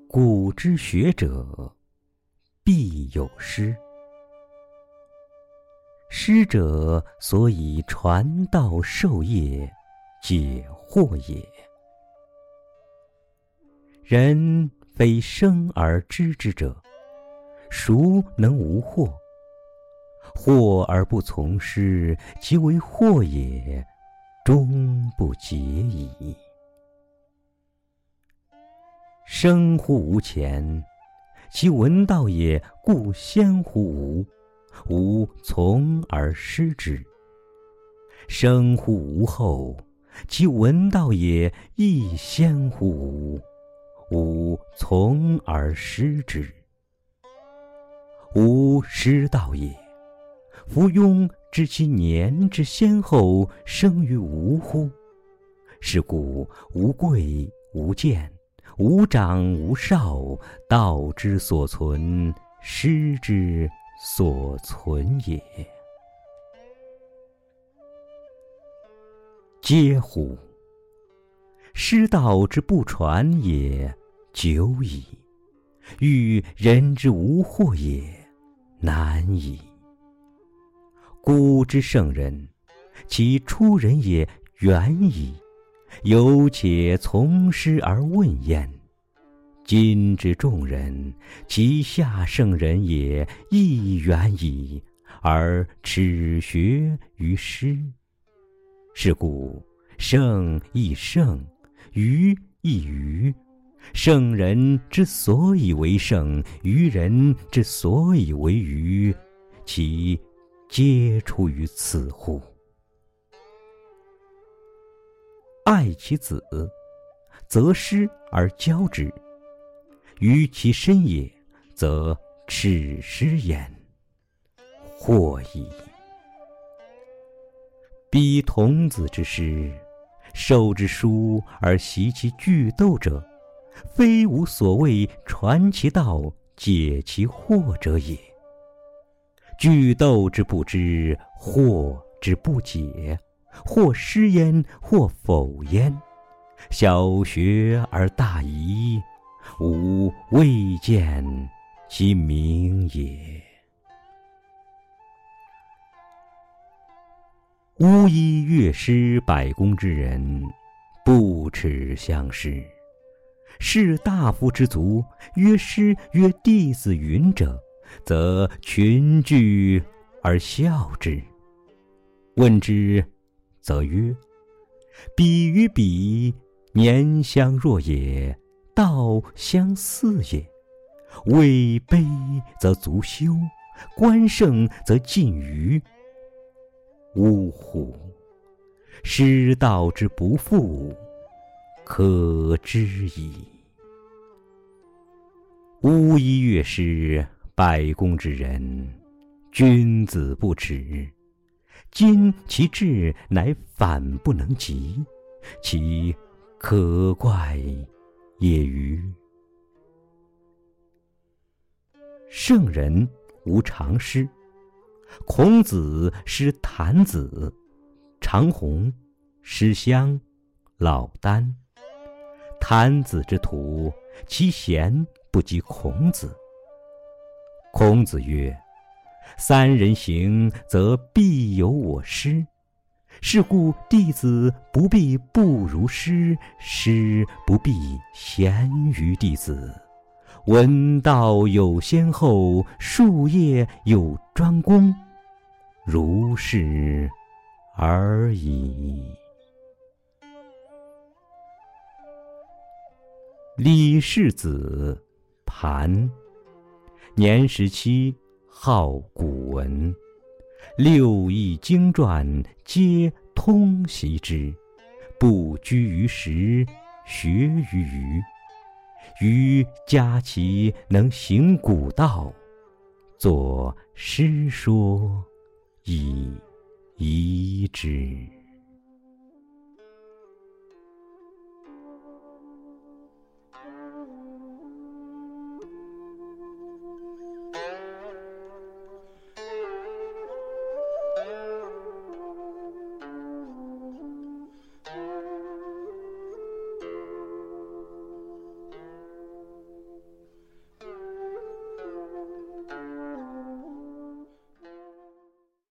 古之学者，必有师。师者，所以传道授业，解惑也。人非生而知之者，孰能无惑？惑而不从师，即为惑也，终不解矣。生乎吾前，其闻道也，故先乎吾，吾从而师之。生乎吾后，其闻道也，亦先乎吾，吾从而师之。吾师道也，夫庸知其年之先后，生于吾乎？是故无贵无贱，无长无少，道之所存，师之所存也。嗟乎！师道之不传也，久矣；欲人之无惑也，难矣。古之圣人，其出人也远矣，犹且从师而问焉。今之众人，其下圣人也亦远矣，而耻学于师。是故圣亦圣，愚亦愚。圣人之所以为圣，愚人之所以为愚，其皆出于此乎？爱其子，则师而教之；于其身也，则耻师焉。惑矣！彼童子之师，授之书而习其句读者，非无所谓传其道，解其惑者也。句读之不知，惑之不解，或师焉，或否焉。小学而大遗，吾未见其明也。巫医乐师百工之人，不耻相师。士大夫之族，曰师曰弟子云者，则群聚而笑之。问之，则曰：彼与彼，年相若也，道相似也。位卑则足羞，官盛则近谀。呜呼！师道之不复，可知矣。巫医乐师百工之人，君子不耻。今其志乃反不能及，其可怪也歟。圣人无常师。孔子师谭子，长虹师襄，老聃。谭子之徒，其贤不及孔子。孔子曰：三人行，则必有我师。是故弟子不必不如师，师不必贤于弟子。闻道有先后，术业有专攻，如是而已。李氏子盘，年17，好古文，六艺经传皆通习之，不拘于时，学于余。余嘉其能行古道，作诗说以遗之。